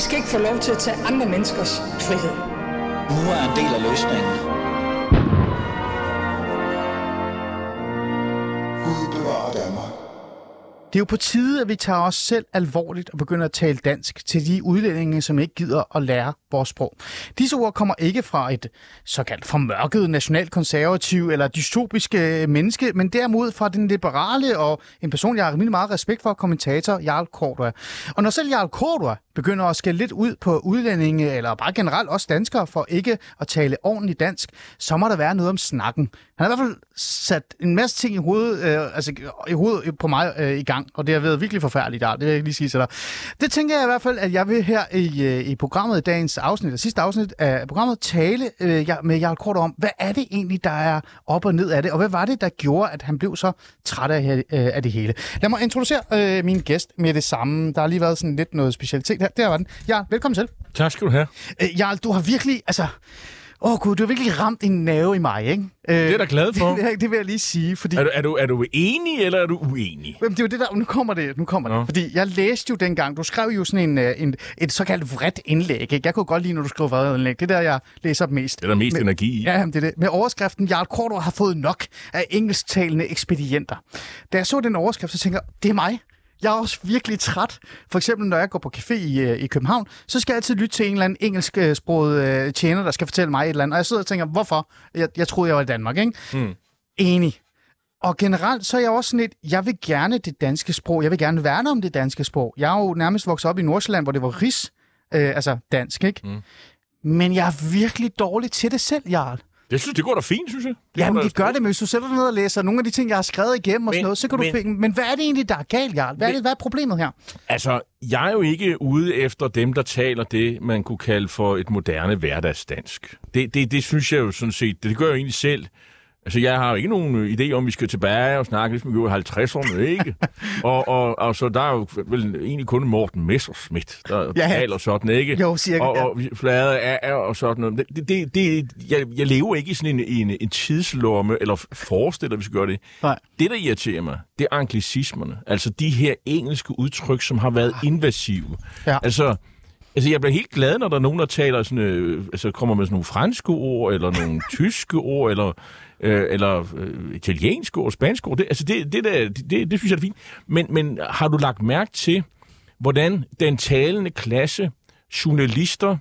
skal ikke få lov til at tage andre menneskers frihed. Nu er en del af løsningen. Gud bevarer Danmark. Det er jo på tide, at vi tager os selv alvorligt og begynder at tale dansk til de udlændinge, som ikke gider at lære vores sprog. Disse ord kommer ikke fra et såkaldt formørket nationalkonservativ eller dystopiske menneske, men derimod fra den liberale og en person, jeg har rimelig meget respekt for, kommentator Jarl Cortua. Og når selv Jarl Cortua begynder at skælde lidt ud på udlændinge, eller bare generelt også danskere, for ikke at tale ordentligt dansk, så må der være noget om snakken. Han har i hvert fald sat en masse ting i hovedet på mig i gang, og det har været virkelig forfærdeligt, det vil jeg lige sige til dig. Det tænker jeg i hvert fald, at jeg vil her i programmet, i dagens afsnit, og sidste afsnit af programmet, tale med Jarl Cortua om, hvad er det egentlig, der er op og ned af det, og hvad var det, der gjorde, at han blev så træt af det hele. Lad mig introducere min gæst med det samme. Der har lige været sådan lidt noget specialitet her. Der var den. Jarl, velkommen til. Tak skal du have. Jarl, du har virkelig, du har virkelig ramt en nerve i mig, ikke? Det er jeg da glad for. Det vil jeg lige sige, fordi... Er du enig, eller er du uenig? Jamen, det er jo det der... Nu kommer det. Fordi jeg læste jo dengang... Du skrev jo sådan et såkaldt vredt indlæg, ikke? Jeg kunne godt lide, når du skrev vredt indlæg. Det der, jeg læser op mest. Det er der mest energi i. Ja, det er det. Med overskriften, Jarl Cortua har fået nok af engelsktalende ekspedienter. Da jeg så den overskrift, så tænker jeg, det er mig. Jeg er også virkelig træt. For eksempel, når jeg går på café i København, så skal jeg altid lytte til en eller anden engelsksproget tjener, der skal fortælle mig et eller andet. Og jeg sidder og tænker, hvorfor? Jeg troede, jeg var i Danmark, ikke? Enig. Og generelt, så er jeg også sådan lidt, jeg vil gerne det danske sprog. Jeg vil gerne værne om det danske sprog. Jeg er jo nærmest vokset op i Nordsjælland, hvor det var dansk, ikke? Men jeg er virkelig dårlig til det selv, Jarl. Det går da fint, synes jeg. Jamen, det gør det, men hvis du sætter dig ned og læser nogle af de ting, jeg har skrevet igennem og sådan noget, så kan du finde... Men hvad er det egentlig, der er galt, Jarl? Hvad er problemet her? Altså, jeg er jo ikke ude efter dem, der taler det, man kunne kalde for et moderne hverdagsdansk. Det synes jeg jo sådan set, det gør jeg jo egentlig selv. Altså, jeg har jo ikke nogen idé om, vi skal tilbage og snakke, ligesom vi gjorde i 50'erne, ikke? og så der er jo vel egentlig kun Morten Messerschmidt, der taler sådan, ikke? Jo, cirka, og Flade er og sådan noget. Jeg lever ikke i sådan en tidslomme, eller forestiller, at vi skal gøre det. Nej. Det, der irriterer mig, det er anglicismerne. Altså, de her engelske udtryk, som har været invasive. Ja. Altså, jeg bliver helt glad, når der er nogen, der taler sådan, kommer med sådan nogle franske ord, eller nogle tyske ord, eller italienske ord, spanske ord. Det synes jeg er fint. Men har du lagt mærke til, hvordan den talende klasse, journalister,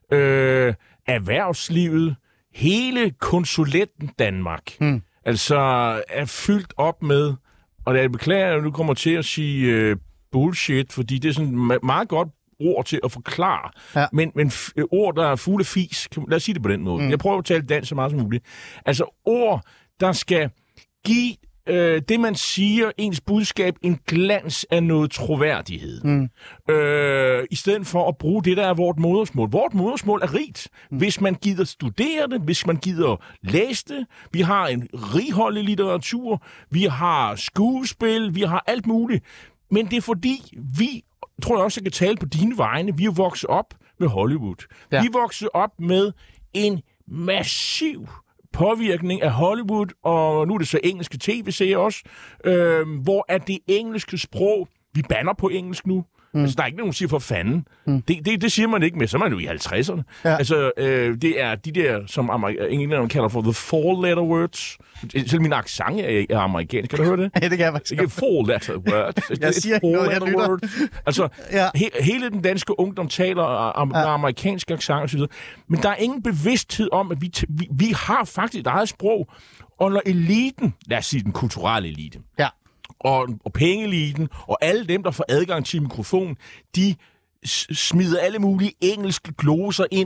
erhvervslivet, hele konsulenten Danmark, altså er fyldt op med, og jeg beklager, at jeg nu kommer til at sige bullshit, fordi det er sådan meget godt ord til at forklare, men ord, der er fulde fis. Lad os sige det på den måde. Jeg prøver at tale dansk så meget som muligt. Altså ord, der skal give det, man siger, ens budskab, en glans af noget troværdighed. I stedet for at bruge det, der er vort modersmål. Vort modersmål er rigt, hvis man gider studere det, hvis man gider læse det. Vi har en righoldig litteratur, vi har skuespil, vi har alt muligt. Men det er fordi, tror jeg også, jeg kan tale på dine vegne. Vi er vokset op med Hollywood. Ja. Vi er vokset op med en massiv påvirkning af Hollywood, og nu er det så engelske tv-serier også, hvor er det engelske sprog, vi banner på engelsk nu. Altså, der er ikke nogen, der siger for fanden. Det siger man ikke med, så er man jo i 50'erne. Ja. Altså, det er de der, som englænderne kalder for the four-letter words. Selv min accent er amerikansk. Kan du høre det? Ja, det kan jeg faktisk. Ikke four-letter words. Jeg siger ikke noget, jeg lytter. Altså, hele den danske ungdom taler amerikansk accent og så videre. Men der er ingen bevidsthed om, at vi har faktisk et eget sprog. Og når eliten, lad os sige den kulturelle elite, og pengeliten, og alle dem, der får adgang til mikrofon, de smider alle mulige engelske gloser ind.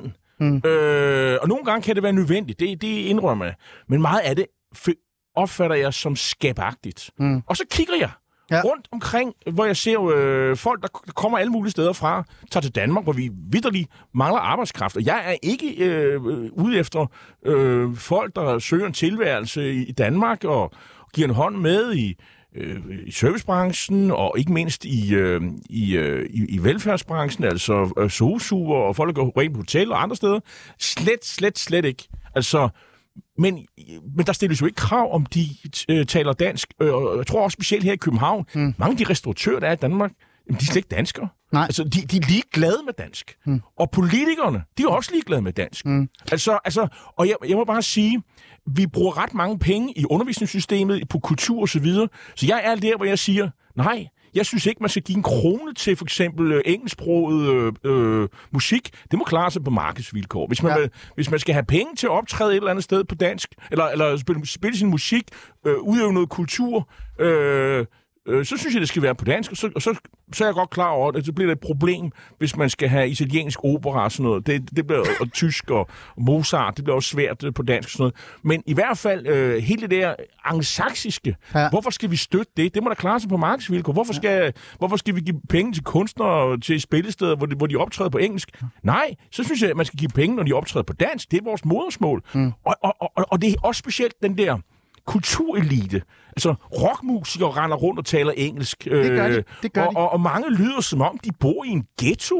Og nogle gange kan det være nødvendigt, det indrømmer jeg. Men meget af det opfatter jeg som skabagtigt. Og så kigger jeg rundt omkring, hvor jeg ser folk, der kommer alle mulige steder fra, tager til Danmark, hvor vi vitterligt mangler arbejdskraft. Og jeg er ikke ude efter folk, der søger en tilværelse i Danmark og giver en hånd med i servicebranchen, og ikke mindst i velfærdsbranchen, altså sosu'er og folk, der går rent på hotel og andre steder. Slet ikke. Altså, men der stilles jo ikke krav, om de taler dansk. Og jeg tror også specielt her i København, mange af de restauratører, der er i Danmark, de er slet ikke danskere. Nej. Altså, de er ligeglade med dansk. Og politikerne, de er også ligeglade med dansk. Og jeg må bare sige, vi bruger ret mange penge i undervisningssystemet, på kultur og så videre. Så jeg er der, hvor jeg siger, nej, jeg synes ikke, man skal give en krone til for eksempel engelsksproget musik. Det må klare sig på markedsvilkår. Hvis man skal have penge til at optræde et eller andet sted på dansk, eller spille sin musik, udøve noget kultur, så synes jeg, det skal være på dansk, og så er jeg godt klar over, at det bliver et problem, hvis man skal have italiensk opera og sådan noget. Det bliver, og tysk og Mozart, det bliver også svært på dansk og sådan noget. Men i hvert fald, hele det der angsaksiske, hvorfor skal vi støtte det? Det må da klare sig på markedsvilkår. Hvorfor skal vi give penge til kunstnere til spillesteder, hvor de optræder på engelsk? Nej, så synes jeg, at man skal give penge, når de optræder på dansk. Det er vores modersmål. Og det er også specielt den der kulturelite. Altså, rockmusikere render rundt og taler engelsk. Det gør de. Og mange lyder, som om de bor i en ghetto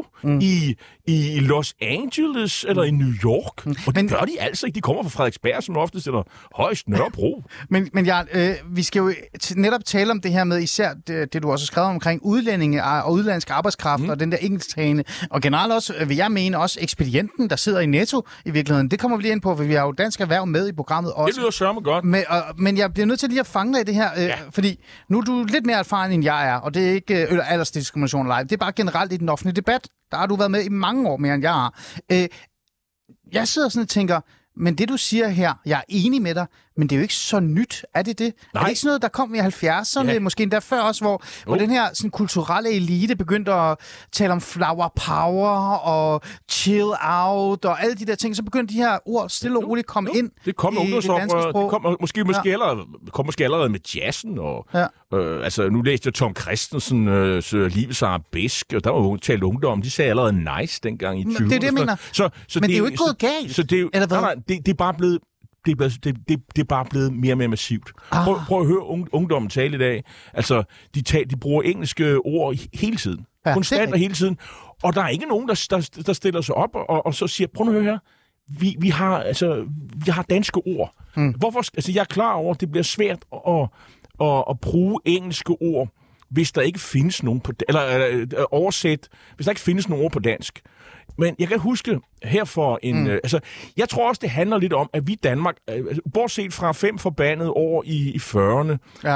i Los Angeles eller i New York. Og det gør de altså ikke. De kommer fra Frederiksberg, som oftest, eller højst Nørrebro. Men Jarl, vi skal jo netop tale om det her med især det du også har skrevet omkring udlændinge og udlandsk arbejdskraft og den der engelsktalende. Og generelt også, vil jeg mene, også ekspedienten, der sidder i Netto i virkeligheden. Det kommer vi lige ind på, for vi har jo Dansk Erhverv med i programmet også. Det lyder sørme godt. Men jeg bliver nødt til lige at fange dig i det her, fordi nu er du lidt mere erfaren, end jeg er, og det er ikke aldersdiskrimination live. Det er bare generelt i den offentlige debat. Der har du været med i mange år mere, end jeg har. Jeg sidder sådan og tænker, men det du siger her, jeg er enig med dig, men det er jo ikke så nyt. Er det det? Nej. Er det ikke sådan noget, der kom i 70'erne, måske endda før også, hvor den her sådan, kulturelle elite begyndte at tale om flower power og chill out og alle de der ting, så begyndte de her ord stille og roligt komme ind det kom i det danske sprog. Det kom måske allerede med jazzen. Og, altså, nu læste jeg Tom Christensens Livets arabesk, og der var talt ungdom. De sagde allerede nice dengang i 20'erne. Det er det, jeg mener. Men det er jo ikke gået galt. Så det er bare blevet... Det er bare blevet mere og mere massivt. Prøv at høre ungdommen tale i dag. Altså, de bruger engelske ord hele tiden. Konstant og hele tiden. Og der er ikke nogen, der stiller sig op og så siger, prøv at høre her, vi har danske ord. Hvorfor? Altså, jeg er klar over, at det bliver svært at bruge engelske ord, hvis der ikke findes nogen på oversæt, hvis der ikke findes nogen ord på dansk. Men jeg kan huske her for en... altså, jeg tror også, det handler lidt om, at vi i Danmark, bortset fra 5 forbandede år i 40'erne,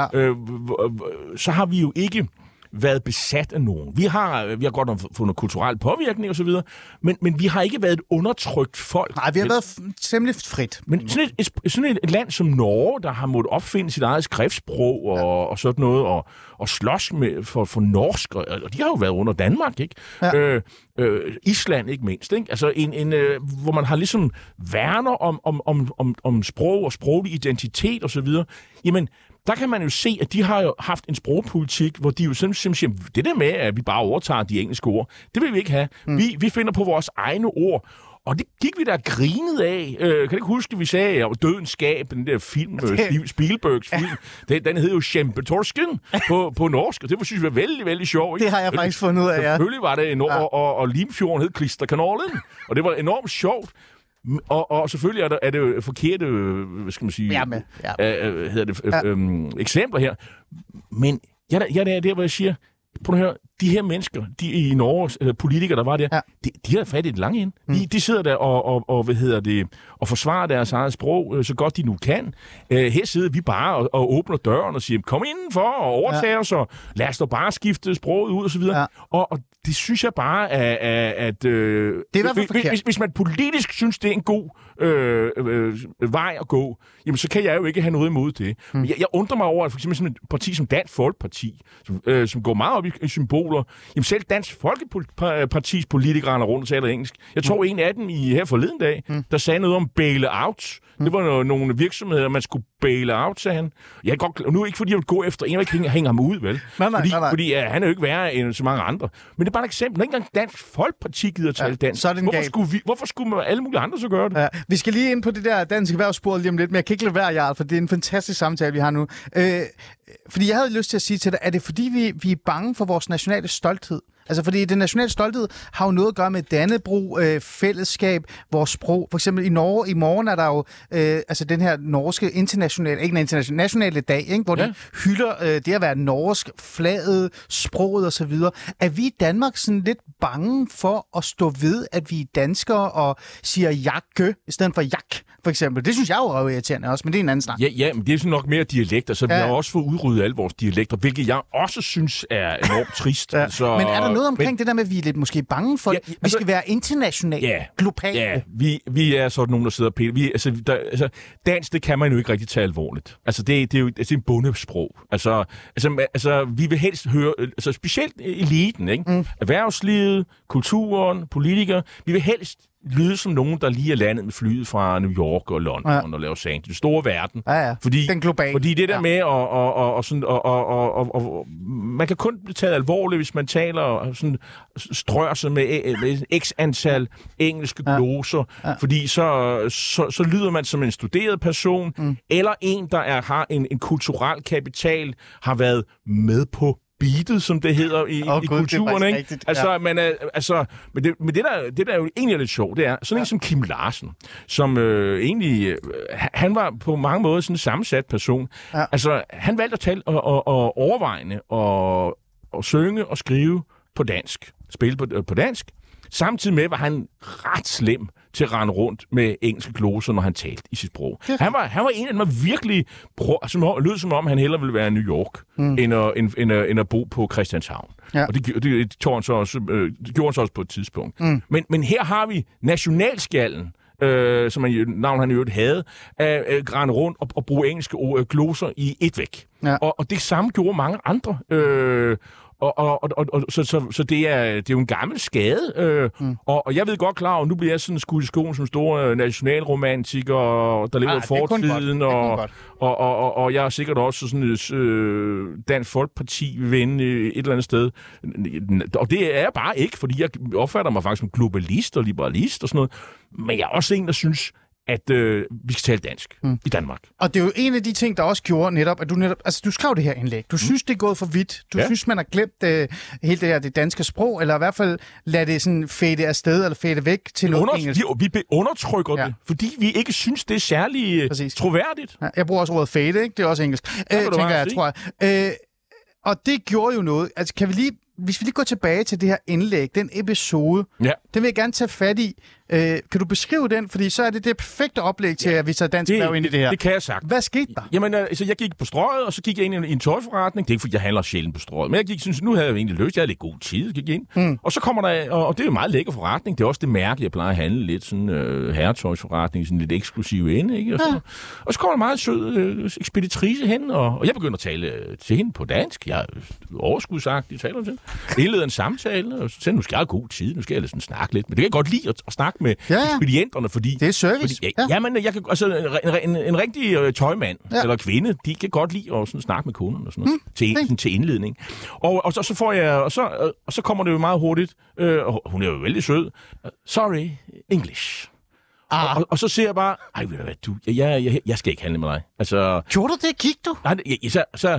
så har vi jo ikke været besat af nogen. Vi har godt nok fået noget kulturel påvirkning og så videre, men vi har ikke været et undertrykt folk. Nej, vi har været temmelig frit. Men sådan et land som Norge, der har måttet opfinde sit eget skriftsprog og sådan noget, og slås for norsk, og de har jo været under Danmark, ikke? Ja. Island ikke mindst, ikke? Altså hvor man har ligesom værner om sprog og sproglig identitet og så videre. Jamen, der kan man jo se, at de har jo haft en sprogpolitik, hvor de jo simpelthen siger, det der med, at vi bare overtager de engelske ord, det vil vi ikke have. Vi finder på vores egne ord. Og det gik vi da grinet af. Kan du ikke huske, vi sagde, at Dødens Skab, den der film, Spielbergs film, den hed jo Kjempetorsken på norsk, og det synes jeg var vældig, vældig sjovt. Det har jeg faktisk fundet ud af, ja. Selvfølgelig var det enormt, og Limfjorden hed Klisterkanalen, og det var enormt sjovt. Og selvfølgelig er det jo forkerte, hvad skal man sige, eksempler her. Men jeg er der, hvor jeg siger, prøv at høre, de her mennesker, de i Norge, politikere, der var der, de har fat i det lange ind. De sidder der og forsvarer deres eget sprog, så godt de nu kan. Her sidder vi bare og åbner døren og siger, kom indenfor og overtager os, og lad os da bare skifte sproget ud og så videre. Og det synes jeg bare, at hvis man politisk synes, det er en god vej at gå, jamen så kan jeg jo ikke have noget imod det. Jeg undrer mig over, at for eksempel sådan et parti som Dansk Folkeparti, som går meget op i symboler, jamen selv Dansk Folkepartis politikere render rundt og taler engelsk. Jeg tror en af dem her forleden dag, der sagde noget om bail-out. Det var nogle virksomheder, man skulle bail-out, sagde han. Jeg kan godt, nu ikke fordi jeg vil gå efter en, der ikke hænger ham ud, vel? Nej. Fordi han er jo ikke værre end så mange andre. Men det er bare et eksempel. Når ikke engang Dansk Folkeparti gider at tale dansk, hvorfor skulle alle mulige andre så gøre det? Ja. Vi skal lige ind på det der danske erhvervsspor lige om lidt, men jeg kan ikke lade være, Jarl, for det er en fantastisk samtale, vi har nu. Fordi jeg havde lyst til at sige til dig, er det fordi, vi er bange for vores nationale stolthed? Altså, fordi den nationale stolthed har jo noget at gøre med Dannebrog, fællesskab, vores sprog. For eksempel i Norge, i morgen er der jo altså den her norske nationale dag, ikke? Hvor de hylder det at være norsk, flaget, sproget osv. Er vi i Danmark sådan lidt bange for at stå ved, at vi er danskere og siger jakke i stedet for jak, for eksempel? Det synes jeg jo er irriterende også, men det er en anden snak. Ja, men det er sådan nok mere dialekter, så vi har også fået udryddet alle vores dialekter, hvilket jeg også synes er enormt trist. Ja. Så, men er der noget omkring det der med, at vi er lidt måske bange for, vi skal være internationale, globale? Ja, vi er sådan nogen, der sidder og piller. Dansk, det kan man jo ikke rigtig tage alvorligt. Altså, det er jo en bondesprog. Altså, vi vil helst høre, altså specielt eliten, ikke? Erhvervslivet, kulturen, politikere, vi vil helst lyde som nogen, der lige er landet med flyet fra New York og London og Los Angeles, den store verden. Fordi, den globale. Fordi det der med man kan kun blive taget alvorligt, hvis man taler og sådan strør sig med x antal engelske gloser, fordi så lyder man som en studeret person, eller en, der har en kulturel kapital, har været med på beatet, som det hedder i kulturen, ikke? Rigtigt, men det der er jo egentlig lidt sjovt, det er sådan en som Kim Larsen, som egentlig han var på mange måder sådan en sammensat person. Ja. Altså, han valgte at tale og overvejende og synge og skrive på dansk, spille på dansk. Samtidig med var han ret slem til at rende rundt med engelske gloser, når han talte i sit sprog. Han var en af dem, der virkelig lød som om, han hellere ville være i New York, end at bo på Christianshavn. Ja. Og det gjorde han så også på et tidspunkt. Men her har vi nationalskallen, som navn han i øvrigt havde, at rende rundt og bruge engelske gloser i et væk. Ja. Og det samme gjorde mange andre. Så det er jo en gammel skade, og jeg ved godt klar, og nu bliver jeg sådan skudt i skoen som store nationalromantiker, der lever i fortiden, og jeg er sikkert også sådan Dansk Folkeparti vinde et eller andet sted. Og det er jeg bare ikke, fordi jeg opfatter mig faktisk som globalist og liberalist og sådan noget, men jeg er også en, der synes, at vi skal tale dansk i Danmark. Og det er jo en af de ting, der også gjorde netop, at du skrev det her indlæg. Du synes, det er gået for vidt. Du synes, man har glemt hele det danske sprog, eller i hvert fald lade det sådan fade afsted, eller fade væk til noget engelsk. Vi undertrykker det, fordi vi ikke synes, det er særlig troværdigt. Ja, jeg bruger også ordet fade, ikke? Det er også engelsk. Tror jeg. Og det gjorde jo noget. Altså, hvis vi lige går tilbage til det her indlæg, den episode, den vil jeg gerne tage fat i. Kan du beskrive den? Fordi så er det perfekte oplæg til, at vi tager dansk erhverv ind i det her. Det kan jeg sagt. Hvad skete der? Jamen, altså, jeg gik på Strøget, og så gik jeg ind i en tøjforretning. Det er ikke, fordi jeg handler sjældent på Strøget. Men jeg synes, nu havde jeg egentlig lyst. Jeg havde lidt god tid, gik ind. Og så kommer der, og det er jo en meget lækker forretning. Det er også det mærke, jeg plejer at handle lidt sådan herretøjsforretning, sådan lidt eksklusiv inde, ikke? Og så kommer der meget sød ekspeditrice hen, og jeg begynder at tale til hende på dansk. Jeg er overskudsagtig, taler til. Indleder en samtale, og så siger, nu skal jeg have god tid, nu skal jeg sådan snakke lidt. Men det kan jeg godt lide at snakke med ekspedienterne, fordi det er service. Jamen, jeg kan, altså, en rigtig tøjmand eller kvinde, de kan godt lide at sådan snakke med kunderne og sådan noget, til indledning. Og så får jeg, og så kommer det jo meget hurtigt, og hun er jo vældig sød. Sorry, English. Og så siger jeg bare, ved du hvad, jeg skal ikke handle med dig. Altså, gjorde du det? Gik du? Nej, så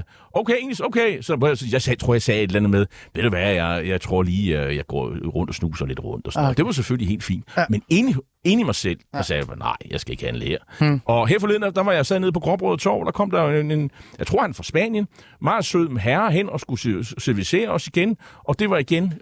okay. Så jeg sagde et eller andet med, ved du hvad, jeg tror lige, jeg går rundt og snuser lidt rundt og sådan noget. Det var selvfølgelig helt fint. Ja. Men inde i mig selv, der sagde jeg, nej, jeg skal ikke handle her. Og her forleden, der var jeg sad nede på Gråbrød Torv, der kom der en, jeg tror han er fra Spanien, meget sød herre hen og skulle servicere os igen. Og det var igen,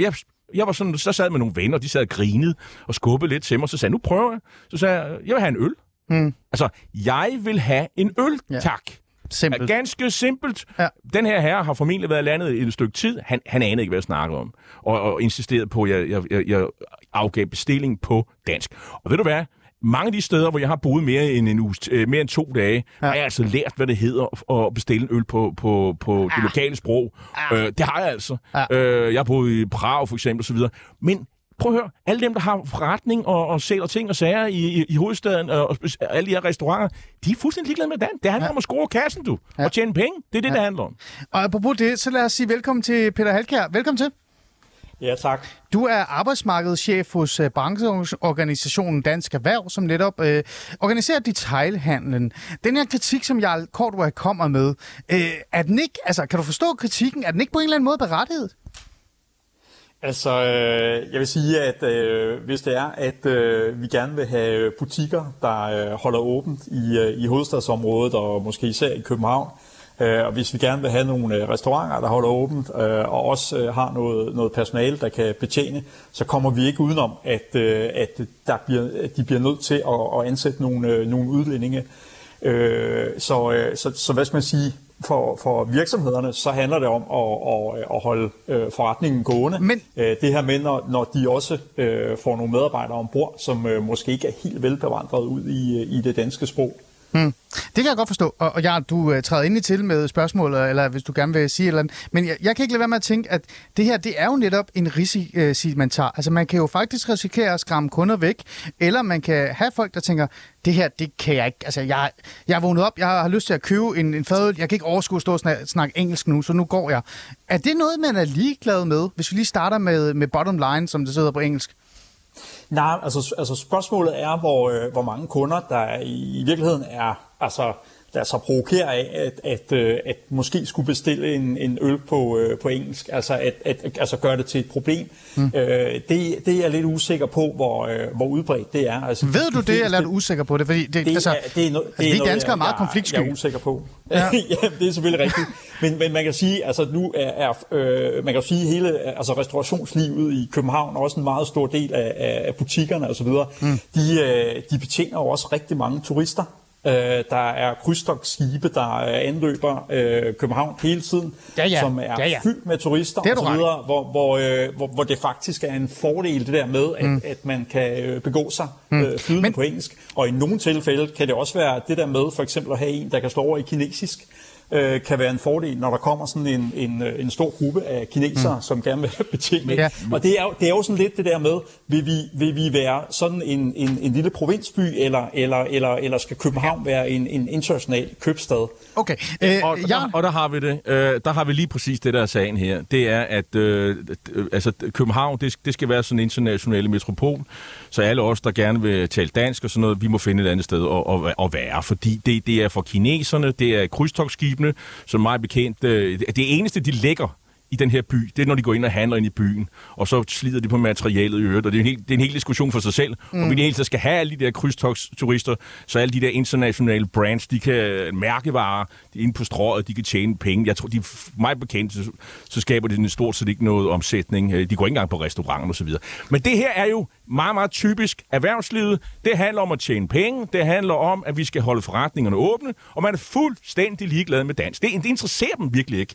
jeg var sådan, så sad med nogle venner, de sad og grinede og skubbede lidt til mig, så sagde jeg, nu prøver jeg. Så sagde jeg vil have en øl. Altså, jeg vil have en øl, tak. Simpelt. Ganske simpelt. Ja. Den her herre har formentlig været landet i et stykke tid. Han anede ikke, hvad jeg snakkede om. Og insisterede på, at jeg afgav bestilling på dansk. Og ved du hvad? Mange af de steder, hvor jeg har boet mere end 2 dage, har jeg altså lært, hvad det hedder at bestille en øl på det lokale sprog. Det har jeg altså. Jeg har boet i Prag, for eksempel, og så videre. Men prøv at høre, alle dem, der har forretning og sælger ting og sager i hovedstaden, og alle de her restauranter, de er fuldstændig ligeglade med den. Det handler om at score kassen, og tjene penge. Det er det handler om. Og apropos det, så lad os sige velkommen til Peter Halkjær. Velkommen til. Ja, tak. Du er arbejdsmarkedschef hos brancheorganisationen Dansk Erhverv, som netop organiserer detailhandlen. Den her kritik, som Jarl Cordua kommer med, er den ikke, altså kan du forstå kritikken? Er den ikke på en eller anden måde berettiget? Altså, jeg vil sige, at hvis det er, at vi gerne vil have butikker, der holder åbent i hovedstadsområdet og måske især i København, og hvis vi gerne vil have nogle restauranter, der holder åbent, og også har noget personale, der kan betjene, så kommer vi ikke udenom, at de bliver nødt til at ansætte nogle udlændinge. Så hvad skal man sige? For virksomhederne, så handler det om at holde forretningen gående. Men det her med, når de også får nogle medarbejdere ombord, som måske ikke er helt velbevandret ud i det danske sprog. Det kan jeg godt forstå, og du træder ind i til med spørgsmål, eller hvis du gerne vil sige et eller andet. Men jeg kan ikke lade være med at tænke, at det her, det er jo netop en risiko, man tager. Altså man kan jo faktisk risikere at skræmme kunder væk, eller man kan have folk, der tænker, det her, det kan jeg ikke. Altså jeg er vågnet op, jeg har lyst til at købe en fadøl, jeg kan ikke overskue at stå og snakke engelsk nu, så nu går jeg. Er det noget, man er ligeglad med, hvis vi lige starter med bottom line, som det hedder på engelsk? Nej, altså spørgsmålet er, hvor mange kunder, der i virkeligheden er, altså lader sig provokere af, at måske skulle bestille en øl på engelsk, altså gøre det til et problem. Det er jeg lidt usikker på, hvor udbredt det er. Altså, ved du det, eller er du usikker på det? Fordi vi danskere er meget konfliktsky. Jeg er usikker på. Ja. Ja, det er selvfølgelig rigtigt. Men man kan sige, altså nu man kan sige hele restaurationslivet i København, også en meget stor del af butikkerne og så videre. De betjener jo også rigtig mange turister. Der er krydstogtskibe, der anløber København hele tiden, som er fyldt med turister og så videre, hvor det faktisk er en fordel det der med, at man kan begå sig flydende på engelsk. Og i nogle tilfælde kan det også være det der med for eksempel at have en, der kan slå over i kinesisk, kan være en fordel, når der kommer sådan en stor gruppe af kinesere, som gerne vil betjene. Ja. Og det er jo sådan lidt det der med, vil vi være sådan en lille provinsby, eller skal København være en international købstad? Okay. Og der har vi det. Der har vi lige præcis det, der er sagen her. Det er, at København, det skal være sådan en international metropol, så alle os, der gerne vil tale dansk og sådan noget, vi må finde et andet sted at være, fordi det er for kineserne, det er krydstogtskibene, som meget bekendt, det eneste, de lægger i den her by, det er, når de går ind og handler ind i byen, og så slider de på materialet i øvrigt, og det er en hel diskussion for sig selv, og vi helt skal have alle de der krydstogturister, så alle de der internationale brands, de kan mærkevarer, de er inde på strået, de kan tjene penge. Jeg tror, de er meget bekendt, så skaber det stort set ikke noget omsætning. De går ikke engang på restauranter og så videre. Men det her er jo meget, meget typisk erhvervslivet. Det handler om at tjene penge, det handler om, at vi skal holde forretningerne åbne, og man er fuldstændig ligeglad med dans. Det interesserer dem virkelig ikke.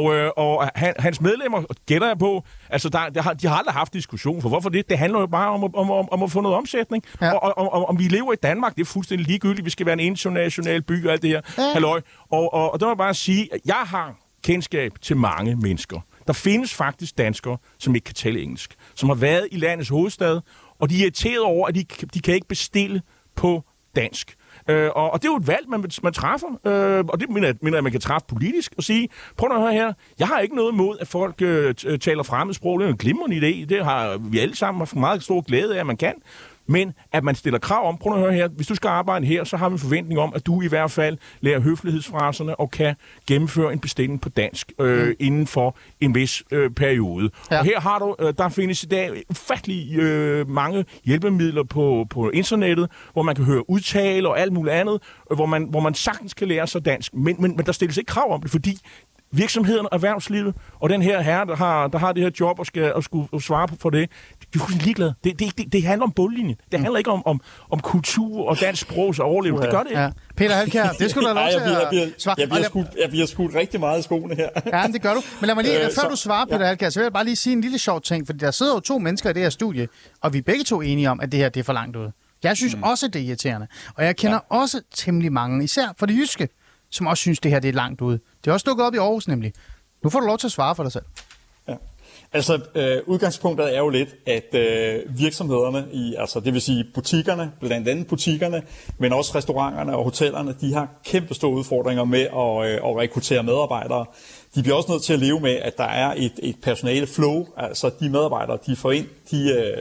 Og hans medlemmer, gætter jeg på, altså de har aldrig haft diskussion for, hvorfor det? Det handler jo bare om at få noget omsætning. Ja. Og om vi lever i Danmark, det er fuldstændig ligegyldigt. Vi skal være en international by og alt det her. Ja. Halløj. Og der må jeg bare sige, at jeg har kendskab til mange mennesker. Der findes faktisk danskere, som ikke kan tale engelsk, som har været i landets hovedstad, og de er irriteret over, at de kan ikke bestille på dansk. Og det er jo et valg, man træffer, og det mener jeg, man kan træffe politisk og sige, prøv at høre her, jeg har ikke noget imod, at folk taler fremmedsprog, det er en glimrende idé, det har vi alle sammen haft meget stor glæde af, at man kan. Men at man stiller krav om, prøv at høre her, hvis du skal arbejde her, så har vi en forventning om, at du i hvert fald lærer høflighedsfraserne og kan gennemføre en bestilling på dansk inden for en vis periode. Ja. Og her har du, der findes i dag ufattelig mange hjælpemidler på internettet, hvor man kan høre udtale og alt muligt andet, hvor man sagtens kan lære sig dansk, men der stilles ikke krav om det, fordi virksomheden og erhvervslivet, og den her herre, der har det her job og skulle svare på for det, de er fuldstændig ligeglade. Det handler om bundlinjen. Det handler ikke om kultur og dansk sprogs overlevelse. Det gør det ikke. Ja. Peter Halkjær, det skulle du have lov til at svare. Jeg bliver skudt rigtig meget i skoene her. Ja, det gør du. Men lad mig lige, før du svarer, Peter Halkjær, så vil jeg bare lige sige en lille sjov ting, fordi der sidder jo 2 mennesker i det her studie, og vi er begge 2 enige om, at det her det er for langt ude. Jeg synes også, det er irriterende. Og jeg kender også temmelig mange, især for det jyske, som også synes, det her det er langt ude. Det er også dukket op i Aarhus nemlig. Nu får du lov til at svare for dig selv. Ja. Altså, udgangspunktet er jo lidt, at virksomhederne, det vil sige butikkerne, blandt andet butikkerne, men også restauranterne og hotellerne, de har kæmpe store udfordringer med at rekruttere medarbejdere. De bliver også nødt til at leve med, at der er et personale flow, altså de medarbejdere, de får ind,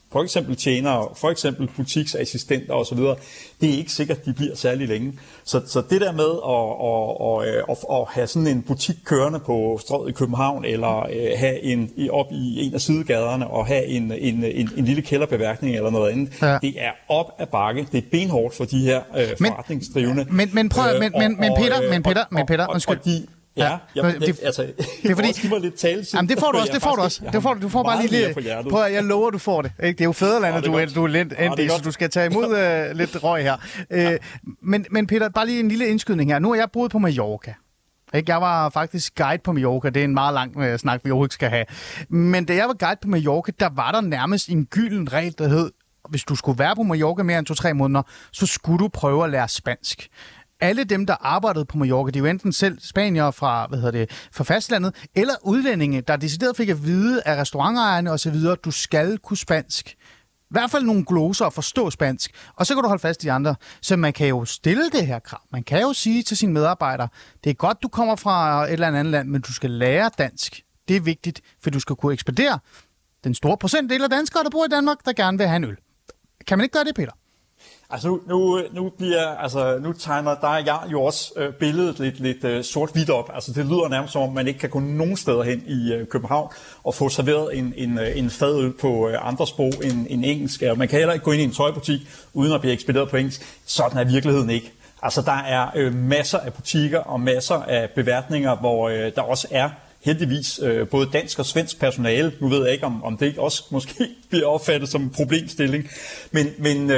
for eksempel tjenere, for eksempel butiksassistenter osv., det er ikke sikkert, de bliver særlig længe. Så det der med at have sådan en butik kørende på Strøget i København, eller have op i en af sidegaderne og have en lille kælderbeværkning eller noget andet, det er op ad bakke. Det er benhårdt for de her forretningsdrivende. Men Peter, undskyld. Det er fordi, også give mig lidt taletid. Jamen, det får du også. Du får bare lige lidt. Prøv at jeg lover, du får det. Det er jo fædrelandet, du er lidt endt, så du skal tage imod lidt røg her. Men Peter, bare lige en lille indskydning her. Nu har jeg boet på Mallorca. Jeg var faktisk guide på Mallorca. Det er en meget lang snak, vi overhovedet skal have. Men da jeg var guide på Mallorca, der var der nærmest en gylden regel, der hed, hvis du skulle være på Mallorca mere end 2-3 måneder, så skulle du prøve at lære spansk. Alle dem, der arbejdede på Mallorca, de er jo enten selv spaniere fra, fra fastlandet, eller udlændinge, der decideret fik at vide af restaurantejerne osv., du skal kunne spansk. I hvert fald nogle gloser og forstå spansk, og så kan du holde fast i de andre. Så man kan jo stille det her krav. Man kan jo sige til sine medarbejdere, det er godt, du kommer fra et eller andet land, men du skal lære dansk. Det er vigtigt, for du skal kunne ekspedere den store procentdel af danskere, der bor i Danmark, der gerne vil have en øl. Kan man ikke gøre det, Peter? Altså nu tegner jeg jo også billedet lidt sort-hvidt op. Altså det lyder nærmest som om, man ikke kan gå nogen steder hen i København og få serveret en fadøl på andre sprog end engelsk. Man kan heller ikke gå ind i en tøjbutik uden at blive ekspederet på engelsk. Sådan er virkeligheden ikke. Altså der er masser af butikker og masser af beværtninger, hvor der også er heldigvis både dansk og svensk personale. Nu ved jeg ikke, om det ikke også måske bliver opfattet som en problemstilling. Men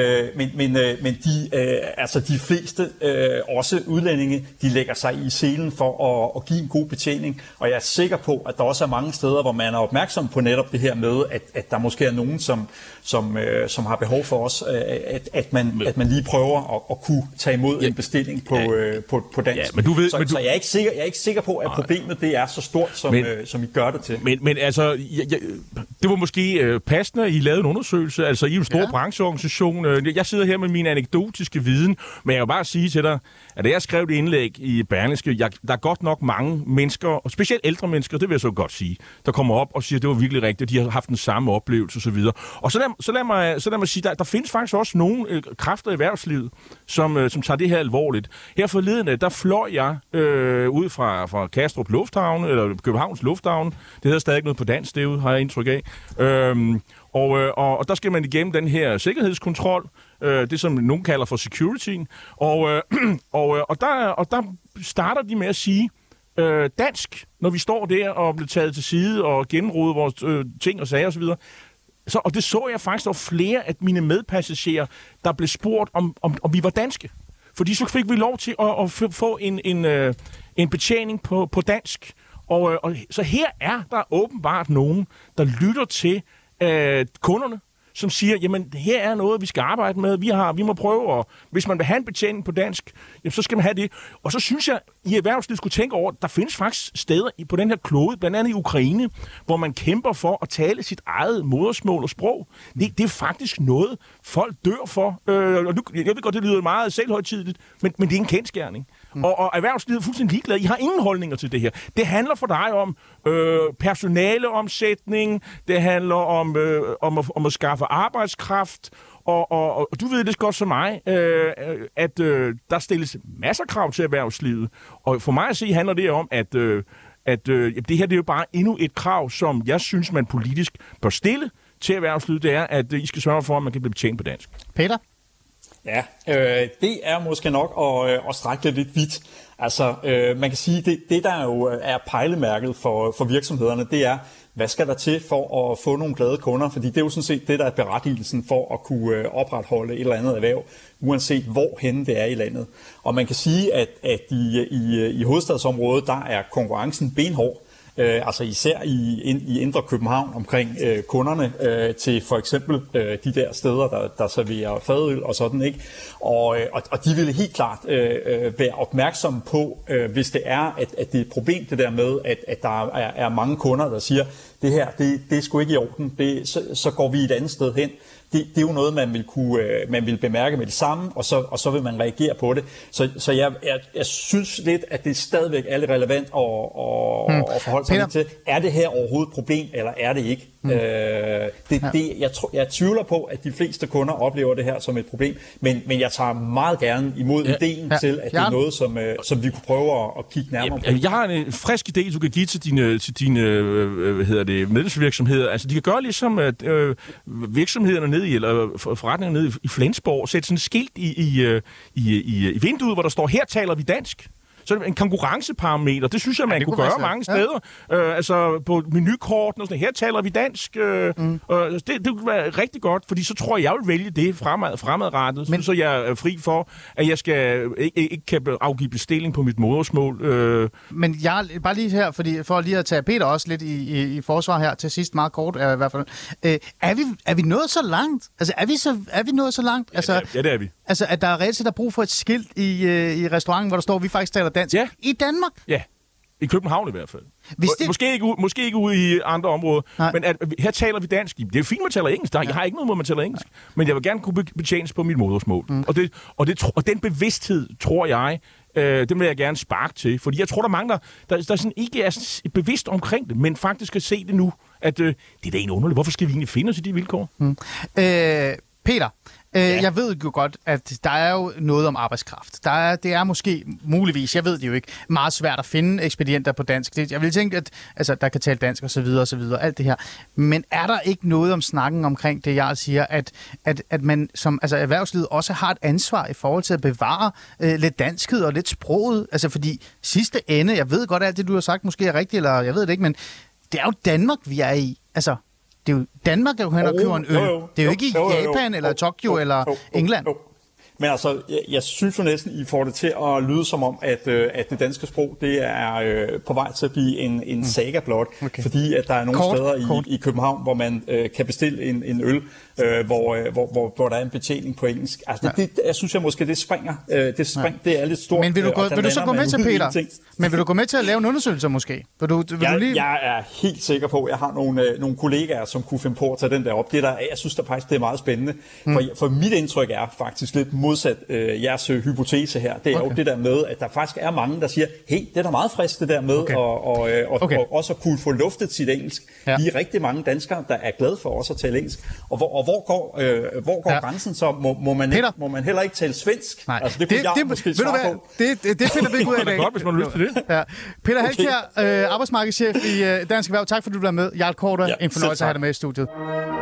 de fleste, også udlændinge, de lægger sig i selen for at give en god betjening. Og jeg er sikker på, at der også er mange steder, hvor man er opmærksom på netop det her med, at der måske er nogen, som har behov for os, at man lige prøver at kunne tage imod en bestilling på dansk. Ja, men så jeg er ikke sikker på, at problemet det er så stort, som I gør det til. Men altså, det var måske passende, at I lavede en undersøgelse. Altså, I er en stor brancheorganisation. Jeg sidder her med min anekdotiske viden, men jeg vil bare sige til dig, at da jeg skrev det indlæg i Berlingske, der er godt nok mange mennesker, og specielt ældre mennesker, det vil jeg så godt sige, der kommer op og siger, at det var virkelig rigtigt, de har haft den samme oplevelse osv. Og så lad mig sige, der findes faktisk også nogle kræfter i erhvervslivet, som tager det her alvorligt. Her forleden, der fløj jeg ud fra Kastrup Lufthavn, eller Københavns Lufthavn. Det hedder stadig noget på dansk, det har jeg indtryk af. Og der skal man igennem den her sikkerhedskontrol, det som nogen kalder for securityen. Og der starter de med at sige dansk, når vi står der og bliver taget til side og gennemrodet vores ting og sager osv. Og det så jeg faktisk, der var flere af mine medpassagerer, der blev spurgt, om vi var danske. Fordi så fik vi lov til at få en betjening på dansk. Og så her er der åbenbart nogen, der lytter til kunderne, som siger, jamen her er noget, vi skal arbejde med, vi må prøve, og hvis man vil have en betjening på dansk, jamen, så skal man have det. Og så synes jeg, I erhvervslivet skulle tænke over, der findes faktisk steder på den her klode, blandt andet i Ukraine, hvor man kæmper for at tale sit eget modersmål og sprog. Det er faktisk noget, folk dør for. Jeg ved godt, det lyder meget selvhøjtideligt, men det er en kendsgerning. Og erhvervslivet er fuldstændig ligeglade. I har ingen holdninger til det her. Det handler for dig om personaleomsætning, det handler om at skaffe arbejdskraft, og du ved det godt som mig, at der stilles masser af krav til erhvervslivet. Og for mig at se handler det om, at det her det er jo bare endnu et krav, som jeg synes, man politisk bør stille til erhvervslivet. Det er, at I skal sørge for, at man kan blive betjent på dansk. Peter? Ja, det er måske nok at strække det lidt vidt. Altså, man kan sige, det der jo er pejlemærket for virksomhederne, det er, hvad skal der til for at få nogle glade kunder? Fordi det er jo sådan set det, der er berettigelsen for at kunne opretholde et eller andet erhverv, uanset hvor henne det er i landet. Og man kan sige, at i hovedstadsområdet, der er konkurrencen benhård. Altså især i Indre København omkring kunderne til for eksempel de der steder, der serverer fadøl og sådan, ikke? Og de ville helt klart være opmærksomme på, hvis det er, at det er et problem det der med, at der er mange kunder, der siger, det her, det er sgu ikke i orden, så går vi et andet sted hen. Det er jo noget, man vil bemærke med det samme, og så vil man reagere på det. Så jeg synes lidt, at det stadigvæk er lidt relevant at forholde sig lidt til. Er det her overhovedet et problem, eller er det ikke? Jeg tvivler på, at de fleste kunder oplever det her som et problem, men jeg tager meget gerne imod ideen til, at det er noget, som vi kunne prøve at kigge nærmere på. Jeg har en frisk idé, du kan give til dine medlemsvirksomheder. Altså, de kan gøre ligesom at virksomhederne nede i, eller forretningerne nede i Flensborg, sætte sådan et skilt i vinduet, hvor der står, her taler vi dansk. Så en konkurrenceparameter, det synes jeg, man kunne gøre mange steder. Altså på menukorten og sådan, her taler vi dansk. Det kunne være rigtig godt, fordi så tror jeg vil vælge det fremadrettet, så jeg er fri for, at jeg skal ikke kan afgive bestilling på mit modersmål. Men jeg bare lige her, for lige at tage Peter også lidt i forsvar her til sidst, meget kort i hvert fald. Er vi nået så langt? Altså, er vi nået så langt? Altså, ja, det er vi. Altså, at der er reelt set der brug for et skilt i restauranten, hvor der står, at vi faktisk taler dansk. Ja. I Danmark? Ja. I København i hvert fald. Måske ikke ude i andre områder, men her taler vi dansk. Det er fint, man taler engelsk. Jeg har ikke noget mod, man taler engelsk. Men jeg vil gerne kunne betjenes på mit modersmål. Og den bevidsthed, tror jeg, den vil jeg gerne sparke til. Fordi jeg tror, der er mange, der sådan ikke er bevidst omkring det, men faktisk kan se det nu, at det er da en underligt. Hvorfor skal vi egentlig finde os i de vilkår? Peter, jeg ved jo godt, at der er jo noget om arbejdskraft. Det er måske muligvis, jeg ved det jo ikke, meget svært at finde ekspedienter på dansk. Jeg vil tænke, at der kan tale dansk og så videre, alt det her. Men er der ikke noget om snakken omkring det, jeg siger, at man som erhvervslivet også har et ansvar i forhold til at bevare lidt danskhed og lidt sproget? Altså fordi sidste ende, jeg ved godt, at alt det, du har sagt, måske er rigtigt, eller jeg ved det ikke, men det er jo Danmark, vi er i. Altså, det er jo Danmark, der hen og køber en øl. Det er jo ikke i Japan eller Tokyo eller England. Men altså, jeg synes jo næsten, I får det til at lyde som om, at det danske sprog, det er på vej til at blive en saga blot. Okay. Fordi at der er nogle steder i København, hvor man kan bestille en øl, hvor der er en betjening på engelsk. Altså, jeg synes måske, det springer. Det er lidt stort. Men vil du så gå med til, Peter? Men vil du gå med til at lave en undersøgelse måske? Jeg er helt sikker på, at jeg har nogle kollegaer, som kunne finde på at tage den der op. Jeg synes der faktisk, det er meget spændende. For mit indtryk er faktisk lidt modsat jeres hypotese her. Det er jo det der med, at der faktisk er mange, der siger, hey, det er da meget frisk det der med, og også at kunne få luftet sit engelsk. Ja. Vi er rigtig mange danskere, der er glade for også at tale engelsk. Og hvor går grænsen så? Må man heller ikke tale svensk? Nej. Altså, det kunne jeg måske svare på. Det finder vi ikke ud af i dag. Det er godt, hvis man har lyst til det. Ja. Peter Halkjær, arbejdsmarkedschef i Dansk Erhverv. Tak fordi du blev med. Jarl Korter, en fornøjelse at have dig med i studiet.